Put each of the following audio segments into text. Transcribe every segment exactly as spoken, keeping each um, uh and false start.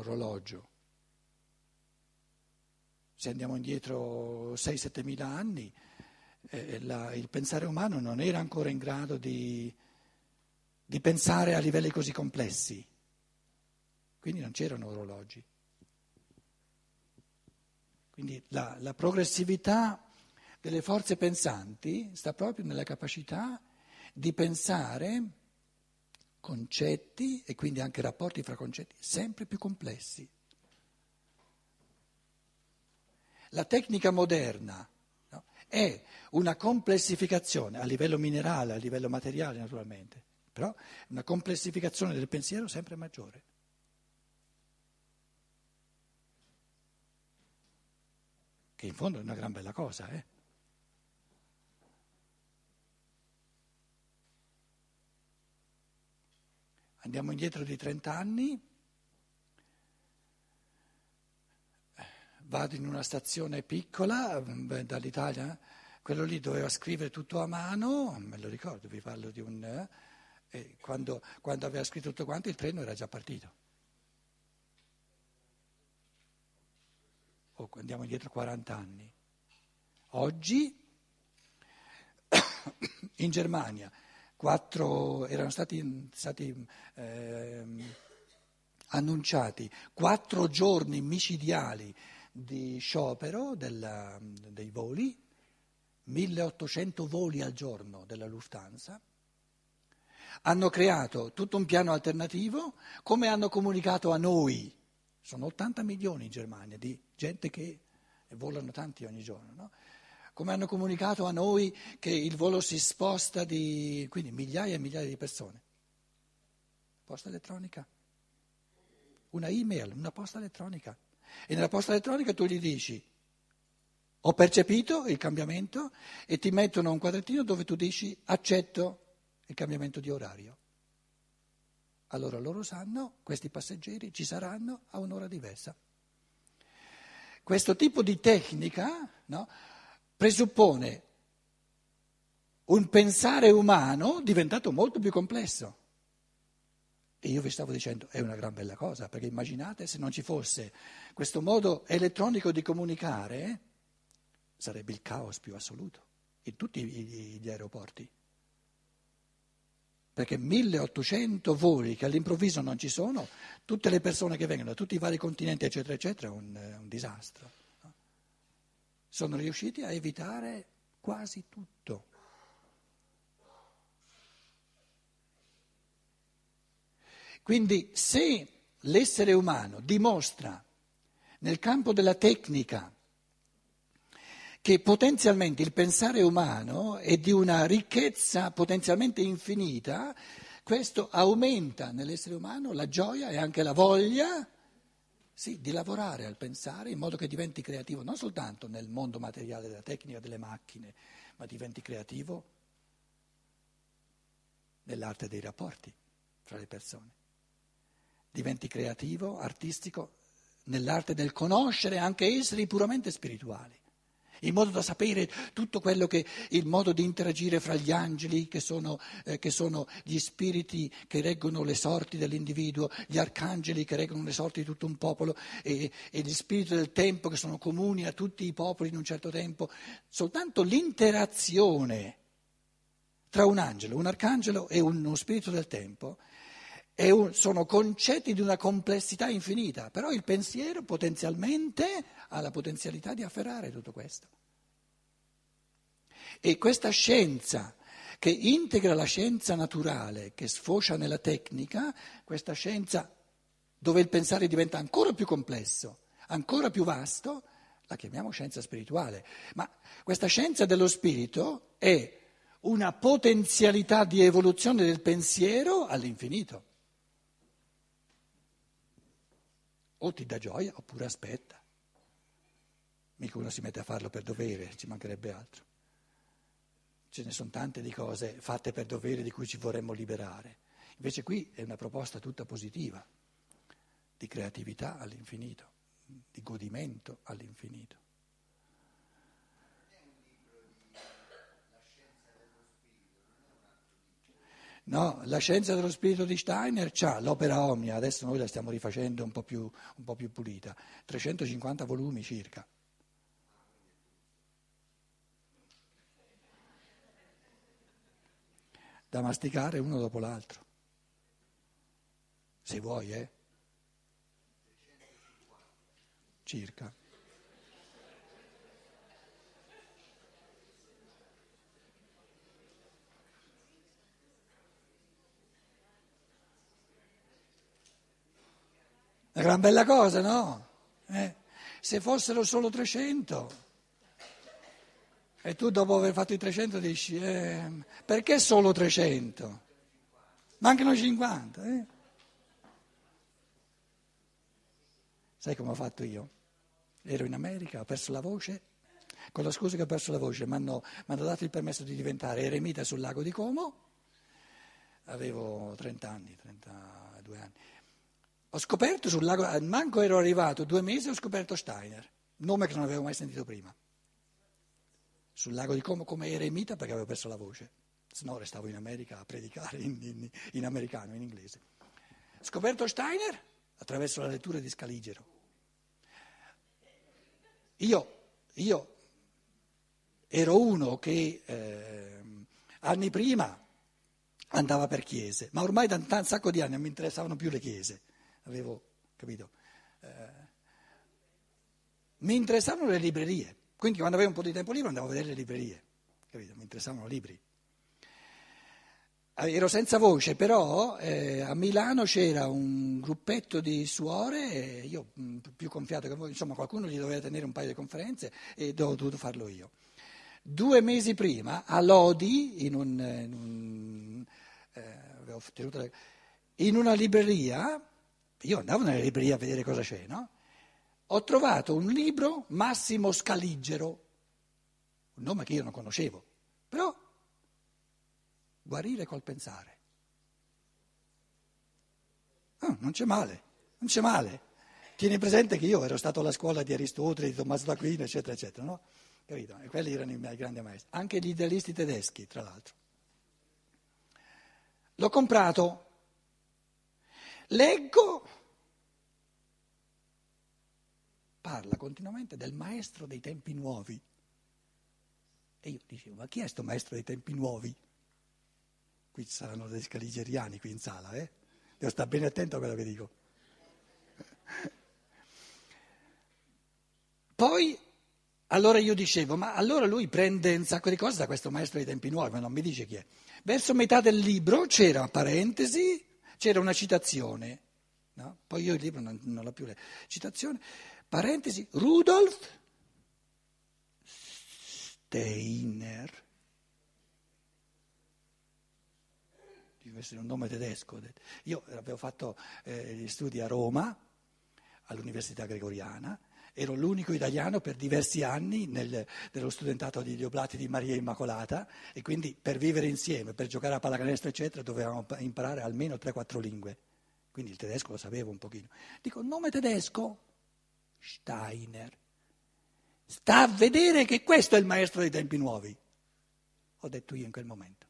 orologio. Se andiamo indietro sei sette mila anni, eh, la, il pensare umano non era ancora in grado di, di pensare a livelli così complessi, quindi non c'erano orologi. Quindi la, la progressività delle forze pensanti sta proprio nella capacità di pensare concetti e quindi anche rapporti fra concetti sempre più complessi. La tecnica moderna, no, è una complessificazione a livello minerale, a livello materiale naturalmente, però una complessificazione del pensiero sempre maggiore. Che in fondo è una gran bella cosa, eh? Andiamo indietro di trenta anni, vado in una stazione piccola dall'Italia, quello lì doveva scrivere tutto a mano, me lo ricordo, vi parlo di un... Eh, e quando, quando aveva scritto tutto quanto il treno era già partito. Oh, andiamo indietro quaranta anni. Oggi in Germania quattro, erano stati, stati eh, annunciati quattro giorni micidiali di sciopero della, dei voli, milleottocento voli al giorno della Lufthansa. Hanno creato tutto un piano alternativo, come hanno comunicato a noi. Sono ottanta milioni in Germania di gente che volano tanti ogni giorno, no? Come hanno comunicato a noi che il volo si sposta di, quindi migliaia e migliaia di persone. Posta elettronica, una email, una posta elettronica. E nella posta elettronica tu gli dici, ho percepito il cambiamento, e ti mettono un quadrettino dove tu dici, accetto il cambiamento di orario. Allora loro sanno, questi passeggeri ci saranno a un'ora diversa. Questo tipo di tecnica, no, presuppone un pensare umano diventato molto più complesso. E io vi stavo dicendo, è una gran bella cosa, perché immaginate se non ci fosse questo modo elettronico di comunicare, sarebbe il caos più assoluto in tutti gli aeroporti. Perché milleottocento voli che all'improvviso non ci sono, tutte le persone che vengono da tutti i vari continenti, eccetera, eccetera, è un, un disastro. No? Sono riusciti a evitare quasi tutto. Quindi se l'essere umano dimostra nel campo della tecnica che potenzialmente il pensare umano è di una ricchezza potenzialmente infinita, questo aumenta nell'essere umano la gioia e anche la voglia, sì, di lavorare al pensare in modo che diventi creativo non soltanto nel mondo materiale della tecnica, delle macchine, ma diventi creativo nell'arte dei rapporti fra le persone. Diventi creativo, artistico, nell'arte del conoscere anche esseri puramente spirituali, in modo da sapere tutto quello che il modo di interagire fra gli angeli, che sono, eh, che sono gli spiriti che reggono le sorti dell'individuo, gli arcangeli che reggono le sorti di tutto un popolo e, e gli spiriti del tempo che sono comuni a tutti i popoli in un certo tempo. Soltanto l'interazione tra un angelo, un arcangelo e uno spirito del tempo è un, sono concetti di una complessità infinita, però il pensiero potenzialmente ha la potenzialità di afferrare tutto questo. E questa scienza che integra la scienza naturale, che sfocia nella tecnica, questa scienza dove il pensare diventa ancora più complesso, ancora più vasto, la chiamiamo scienza spirituale. Ma questa scienza dello spirito è una potenzialità di evoluzione del pensiero all'infinito. O ti dà gioia oppure aspetta. Mica uno si mette a farlo per dovere, ci mancherebbe altro. Ce ne sono tante di cose fatte per dovere di cui ci vorremmo liberare. Invece qui è una proposta tutta positiva, di creatività all'infinito, di godimento all'infinito. No, la scienza dello spirito di Steiner c'ha l'opera Omnia, adesso noi la stiamo rifacendo un po' più, un po' più pulita, trecentocinquanta volumi circa. Da masticare uno dopo l'altro, se vuoi, eh? Circa. Una gran bella cosa, no? Eh? Se fossero solo trecento, e tu dopo aver fatto i trecento dici, eh, perché solo trecento? Mancano cinquanta, eh? Sai come ho fatto io? Ero in America, ho perso la voce, con la scusa che ho perso la voce, mi hanno dato il permesso di diventare eremita sul lago di Como, avevo trenta anni, trentadue anni. Ho scoperto sul lago, manco ero arrivato due mesi, ho scoperto Steiner, nome che non avevo mai sentito prima. Sul lago di Como come eremita perché avevo perso la voce, se no restavo in America a predicare in, in, in americano, in inglese. Ho scoperto Steiner attraverso la lettura di Scaligero. Io, io ero uno che eh, anni prima andava per chiese, ma ormai da un sacco di anni non mi interessavano più le chiese. Avevo capito? Eh, mi interessavano le librerie, quindi quando avevo un po' di tempo libero andavo a vedere le librerie, capito? Mi interessavano libri. Ero senza voce, però eh, a Milano c'era un gruppetto di suore, e io mh, più confiato che voi, insomma qualcuno gli doveva tenere un paio di conferenze e ho dovuto farlo io. Due mesi prima a Lodi, in, un, in, un, eh, avevo tenuto le, in una libreria, io andavo nelle librerie a vedere cosa c'è, no? Ho trovato un libro Massimo Scaligero, un nome che io non conoscevo, però guarire col pensare. Oh, non c'è male, non c'è male. Tieni presente che io ero stato alla scuola di Aristotele, di Tommaso d'Aquino, eccetera, eccetera, no? Capito? E quelli erano i miei grandi maestri, anche gli idealisti tedeschi, tra l'altro. L'ho comprato, leggo, parla continuamente del maestro dei tempi nuovi. E io dicevo, ma chi è sto maestro dei tempi nuovi? Qui ci saranno dei scaligeriani qui in sala, eh? Devo stare bene attento a quello che dico. Poi, allora io dicevo, ma allora lui prende un sacco di cose da questo maestro dei tempi nuovi, ma non mi dice chi è. Verso metà del libro c'era parentesi, c'era una citazione, no? Poi io il libro non, non l'ho più letto. Citazione, parentesi, Rudolf Steiner. Deve essere un nome tedesco. Io avevo fatto eh, gli studi a Roma, all'Università Gregoriana, ero l'unico italiano per diversi anni nel, nello studentato degli Oblati di Maria Immacolata e quindi per vivere insieme, per giocare a pallacanestro eccetera dovevamo imparare almeno tre quattro lingue, quindi il tedesco lo sapevo un pochino. Dico, nome tedesco? Steiner. Sta a vedere che questo è il maestro dei tempi nuovi, ho detto io in quel momento.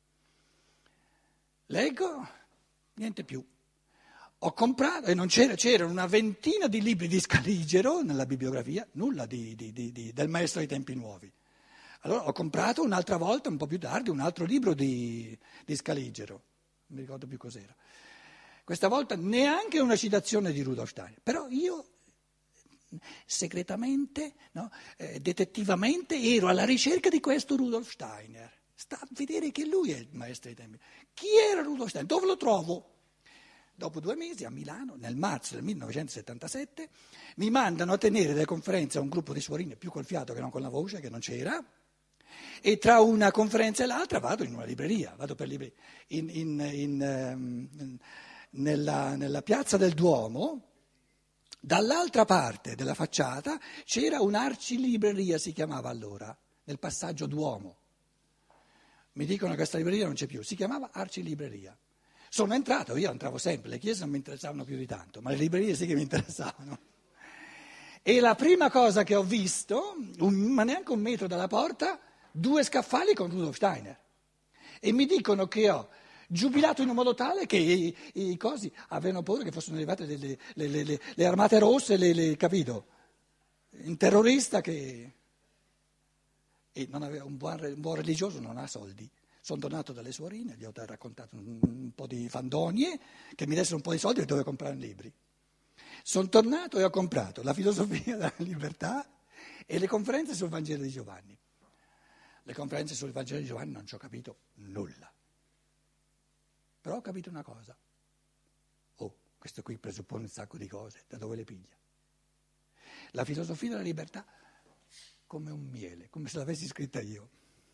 Leggo, niente più. Ho comprato, e non c'era, c'erano una ventina di libri di Scaligero nella bibliografia, nulla di, di, di, di, del maestro dei tempi nuovi. Allora ho comprato un'altra volta, un po' più tardi, un altro libro di, di Scaligero, non mi ricordo più cos'era. Questa volta neanche una citazione di Rudolf Steiner, però io segretamente, no, eh, detettivamente ero alla ricerca di questo Rudolf Steiner. Sta a vedere che lui è il maestro dei tempi. Chi era Rudolf Steiner? Dove lo trovo? Dopo due mesi a Milano, nel marzo del millenovecentosettantasette, mi mandano a tenere delle conferenze a un gruppo di suorine più col fiato che non con la voce, che non c'era, e tra una conferenza e l'altra vado in una libreria, vado per libreria. In, in, in, um, nella, nella piazza del Duomo, dall'altra parte della facciata, c'era un'arcilibreria, si chiamava allora, nel passaggio Duomo. Mi dicono che questa libreria non c'è più, si chiamava arcilibreria. Sono entrato, io entravo sempre, le chiese non mi interessavano più di tanto, ma le librerie sì che mi interessavano. E la prima cosa che ho visto, un, ma neanche un metro dalla porta, due scaffali con Rudolf Steiner. E mi dicono che ho giubilato in un modo tale che i, i cosi avevano paura che fossero arrivate le, le, le, le, le armate rosse, le, le, capito? Un terrorista che... E non aveva un buon, un buon religioso non ha soldi. Sono tornato dalle suorine, gli ho raccontato un, un po' di fandonie, che mi dessero un po' di soldi e dovevo comprare libri. Sono tornato e ho comprato La filosofia della libertà e le conferenze sul Vangelo di Giovanni. Le conferenze sul Vangelo di Giovanni non ci ho capito nulla. Però ho capito una cosa. Oh, questo qui presuppone un sacco di cose, da dove le piglia? La filosofia della libertà come un miele, come se l'avessi scritta io.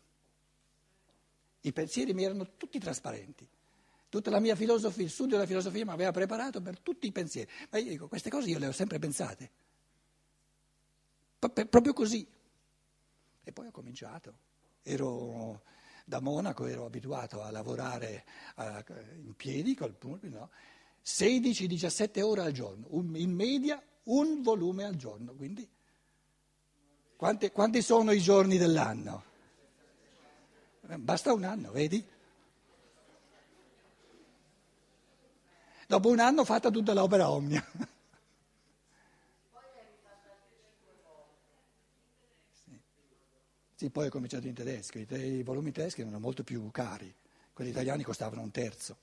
I pensieri mi erano tutti trasparenti. Tutta la mia filosofia, il studio della filosofia mi aveva preparato per tutti i pensieri. Ma io dico, queste cose io le ho sempre pensate. P- proprio così. E poi ho cominciato. Ero da monaco, ero abituato a lavorare a, in piedi col pulpito, no? sedici diciassette ore al giorno, un, in media un volume al giorno. Quindi quanti, quanti sono i giorni dell'anno? Basta un anno, vedi? Dopo un anno fatta tutta l'opera omnia. Sì. Sì, poi ho cominciato in tedesco, i, te- i volumi tedeschi erano molto più cari, quelli italiani costavano un terzo.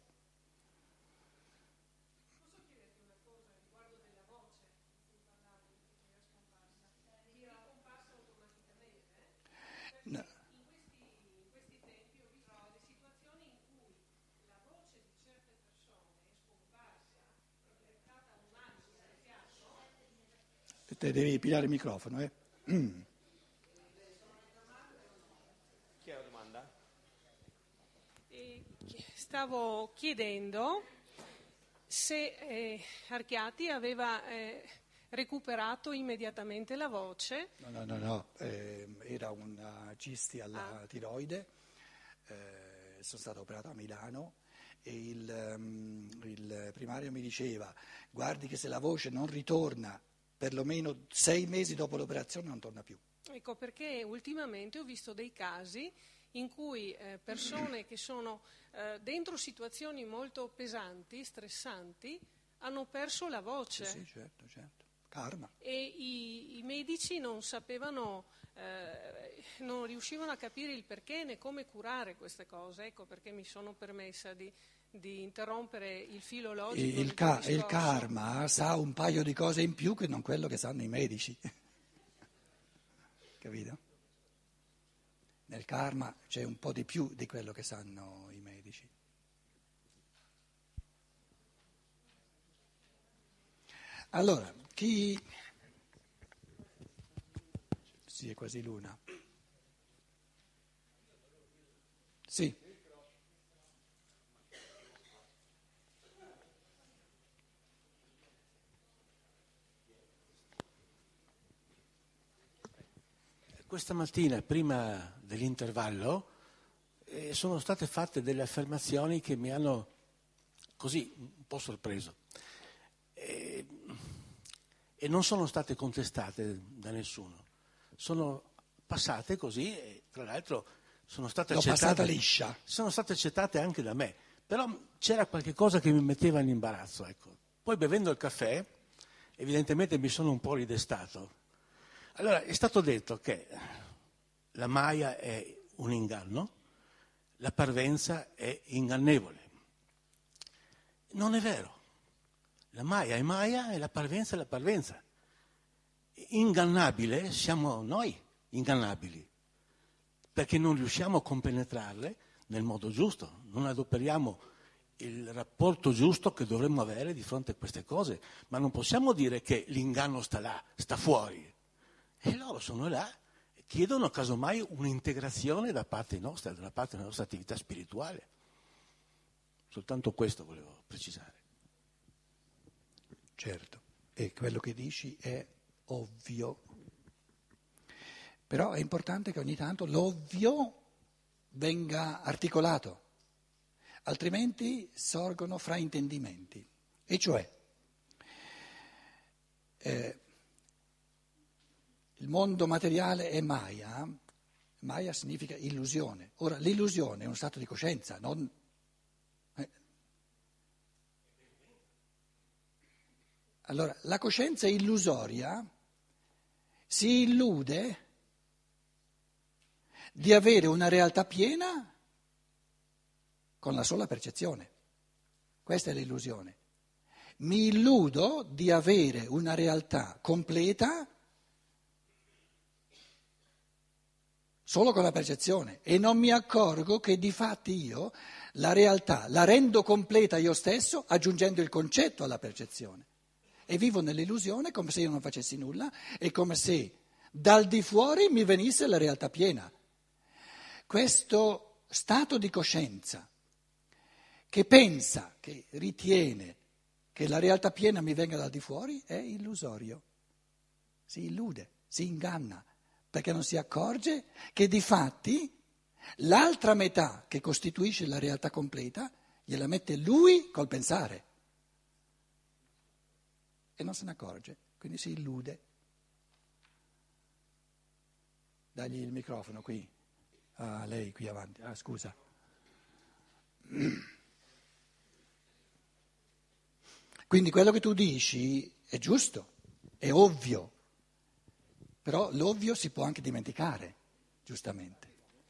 Posso chiederti una cosa riguardo della voce di cui parlavi, che era scomparsa? Mi era comparsa automaticamente? Perché No. in questi, in questi tempi ho visto delle situazioni in cui la voce di certe persone è scomparsa, è diventata un animo, un fiato. Te devi pigliare il microfono, eh? Chi è la domanda? E stavo chiedendo se eh, Archiati aveva eh, recuperato immediatamente la voce. No, no, no, no. Eh, era una cisti alla Ah. tiroide, eh, sono stato operato a Milano e il, um, il primario mi diceva, guardi che se la voce non ritorna perlomeno sei mesi dopo l'operazione non torna più. Ecco perché ultimamente ho visto dei casi in cui eh, persone che sono eh, dentro situazioni molto pesanti, stressanti, hanno perso la voce. Sì, sì, certo, certo. Karma. E i, i medici non sapevano, eh, non riuscivano a capire il perché né come curare queste cose. Ecco perché mi sono permessa di, di interrompere il filo logico. Il, del ca- tuo il discorso. karma sa un paio di cose in più che non quello che sanno i medici. Capito? Nel karma c'è un po' di più di quello che sanno i medici. Allora, chi... Sì, è quasi l'una. Sì. Questa mattina, prima dell'intervallo, eh, sono state fatte delle affermazioni che mi hanno così un po' sorpreso. E, e non sono state contestate da nessuno. Sono passate così e tra l'altro sono state L'ho accettate. passata liscia. Sono state accettate anche da me. Però c'era qualche cosa che mi metteva in imbarazzo, ecco. Poi bevendo il caffè, evidentemente mi sono un po' ridestato. Allora, è stato detto che la Maya è un inganno, la parvenza è ingannevole. Non è vero. La Maya è Maya e la parvenza è la parvenza. Ingannabile siamo noi, ingannabili, perché non riusciamo a compenetrarle nel modo giusto, non adoperiamo il rapporto giusto che dovremmo avere di fronte a queste cose, ma non possiamo dire che l'inganno sta là, sta fuori. E loro sono là e chiedono casomai un'integrazione da parte nostra, da parte della nostra attività spirituale. Soltanto questo volevo precisare. Certo, e quello che dici è ovvio. Però è importante che ogni tanto l'ovvio venga articolato, altrimenti sorgono fraintendimenti. E cioè, eh, il mondo materiale è Maya, Maya significa illusione. Ora, l'illusione è uno stato di coscienza, non Allora, la coscienza illusoria si illude di avere una realtà piena con la sola percezione. Questa è l'illusione. Mi illudo di avere una realtà completa solo con la percezione e non mi accorgo che di fatti io la realtà la rendo completa io stesso aggiungendo il concetto alla percezione. E vivo nell'illusione come se io non facessi nulla e come se dal di fuori mi venisse la realtà piena. Questo stato di coscienza che pensa, che ritiene che la realtà piena mi venga dal di fuori è illusorio. Si illude, si inganna, perché non si accorge che di fatti l'altra metà che costituisce la realtà completa gliela mette lui col pensare. E non se ne accorge, quindi si illude. Dagli il microfono qui, a lei qui avanti, ah scusa. Quindi quello che tu dici è giusto, è ovvio, però l'ovvio si può anche dimenticare, giustamente.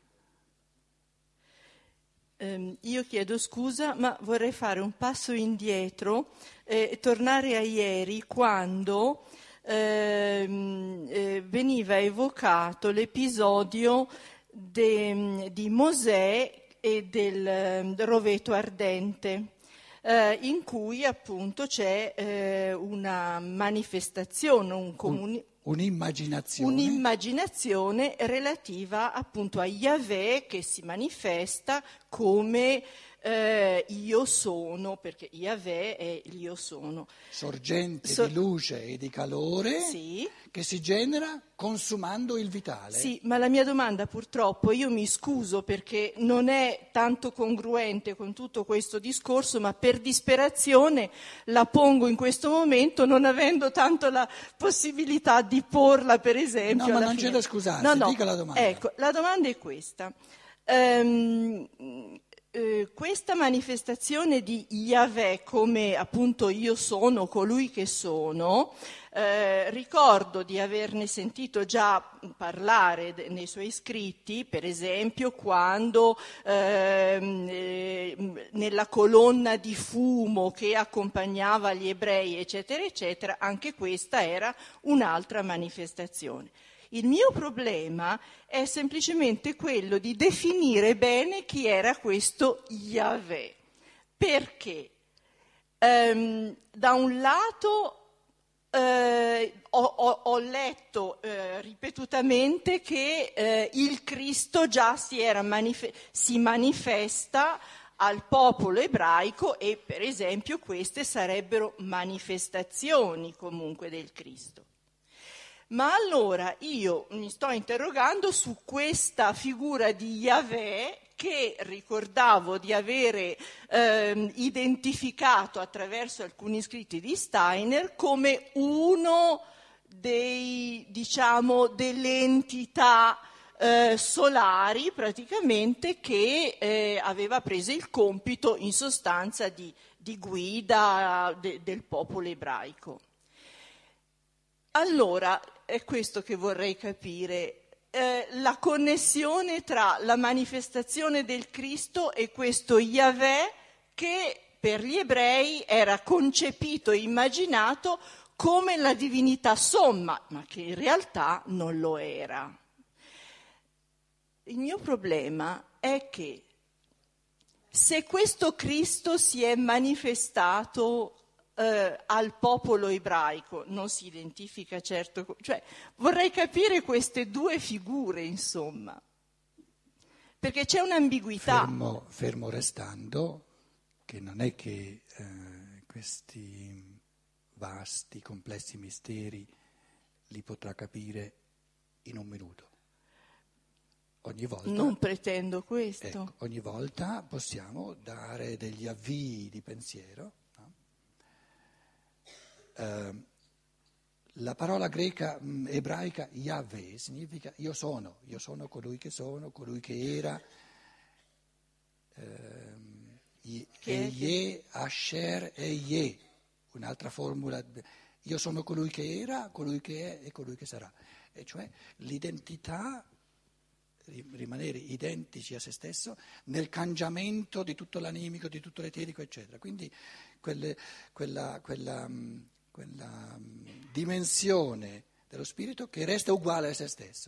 Eh, io chiedo scusa, ma vorrei fare un passo indietro e eh, tornare a ieri quando eh, eh, veniva evocato l'episodio de, di Mosè e del, del roveto ardente. Eh, in cui appunto c'è eh, una manifestazione, un comuni- Un, un'immaginazione. un'immaginazione relativa appunto a Yahweh che si manifesta come eh, io sono, perché Yahweh è l'io sono. Sorgente So- di luce e di calore Sì. che si genera consumando il vitale. Sì, ma la mia domanda purtroppo, io mi scuso perché non è tanto congruente con tutto questo discorso, ma per disperazione la pongo in questo momento non avendo tanto la possibilità di porla, per esempio. No, ma alla non fine. c'è da scusarsi, No, no. dica la domanda. Ecco, la domanda è questa. Ehm, eh, questa manifestazione di Yahweh come appunto io sono, colui che sono, Eh, ricordo di averne sentito già parlare de- nei suoi scritti, per esempio quando ehm, eh, nella colonna di fumo che accompagnava gli ebrei, eccetera, eccetera, anche questa era un'altra manifestazione. Il mio problema è semplicemente quello di definire bene chi era questo Yahweh, perché ehm, da un lato Eh, ho, ho, ho letto eh, ripetutamente che eh, il Cristo già si, era manif- si manifesta al popolo ebraico e per esempio queste sarebbero manifestazioni comunque del Cristo. Ma allora io mi sto interrogando su questa figura di Yahweh che ricordavo di avere eh, identificato attraverso alcuni scritti di Steiner come uno dei, diciamo, delle entità eh, solari praticamente che eh, aveva preso il compito in sostanza di, di guida de, del popolo ebraico. Allora, è questo che vorrei capire. Eh, la connessione tra la manifestazione del Cristo e questo Yahweh che per gli ebrei era concepito e immaginato come la divinità somma, ma che in realtà non lo era. Il mio problema è che se questo Cristo si è manifestato Eh, al popolo ebraico, non si identifica certo, cioè vorrei capire queste due figure, insomma, perché c'è un'ambiguità. Fermo, fermo restando che non è che eh, questi vasti, complessi misteri li potrà capire in un minuto. Ogni volta, non pretendo questo. Ecco, ogni volta possiamo dare degli avvii di pensiero. Uh, la parola greca, mh, ebraica, Yahweh, significa io sono, io sono colui che sono, colui che era, uh, Ye, Asher e Ye, un'altra formula, Io sono colui che era, colui che è e colui che sarà. E cioè l'identità, rimanere identici a se stesso nel cangiamento di tutto l'animico, di tutto l'eterico, eccetera. Quindi quelle, quella, quella, quella dimensione dello spirito che resta uguale a se stesso.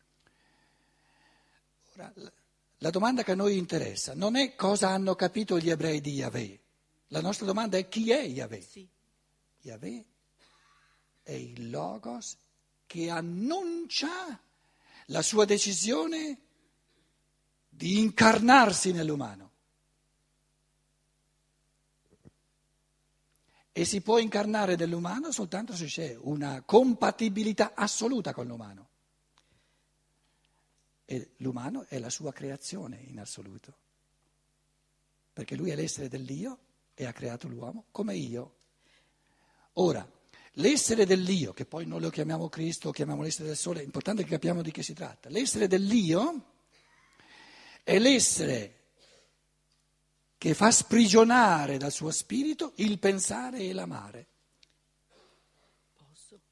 Ora, la domanda che a noi interessa non è cosa hanno capito gli ebrei di Yahweh, la nostra domanda è chi è Yahweh. Sì. Yahweh è il Logos che annuncia la sua decisione di incarnarsi nell'umano. E si può incarnare nell'umano soltanto se c'è una compatibilità assoluta con l'umano. E l'umano è la sua creazione in assoluto, perché lui è l'essere dell'io e ha creato l'uomo come io. Ora, l'essere dell'io, che poi noi lo chiamiamo Cristo, lo chiamiamo l'essere del sole, è importante che capiamo di che si tratta. L'essere dell'io è l'essere che fa sprigionare dal suo spirito il pensare e l'amare. Posso?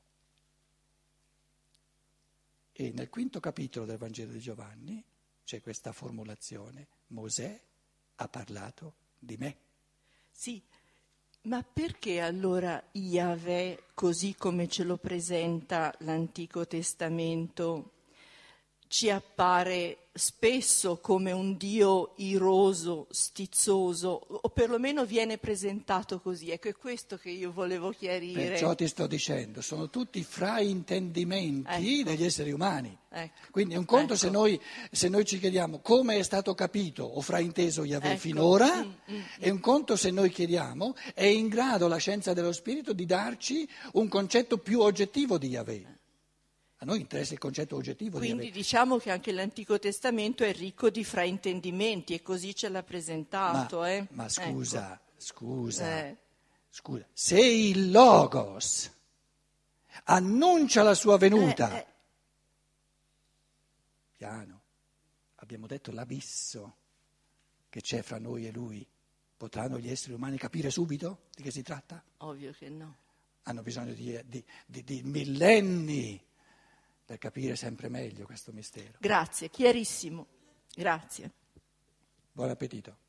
E nel quinto capitolo del Vangelo di Giovanni c'è questa formulazione: Mosè ha parlato di me. Sì, ma perché allora Yahweh, così come ce lo presenta l'Antico Testamento, ci appare spesso come un Dio iroso, stizzoso, o perlomeno viene presentato così? Ecco, è questo che io volevo chiarire. Perciò ti sto dicendo, sono tutti fraintendimenti Ecco. degli esseri umani. Ecco. Quindi è un conto Ecco. se, noi, se noi ci chiediamo come è stato capito o frainteso Yahweh Ecco. finora, Mm, mm, è un conto se noi chiediamo, è in grado la scienza dello spirito di darci un concetto più oggettivo di Yahweh. A noi interessa il concetto oggettivo Quindi di Yahweh. diciamo che anche l'Antico Testamento è ricco di fraintendimenti e così ce l'ha presentato. Ma, eh? ma scusa, Ecco. scusa, Eh. scusa, se il Logos annuncia la sua venuta, Eh, eh. piano, abbiamo detto l'abisso che c'è fra noi e lui, potranno gli esseri umani capire subito di che si tratta? Ovvio che no. Hanno bisogno di, di, di, di millenni per capire sempre meglio questo mistero. Grazie, chiarissimo. Grazie. Buon appetito.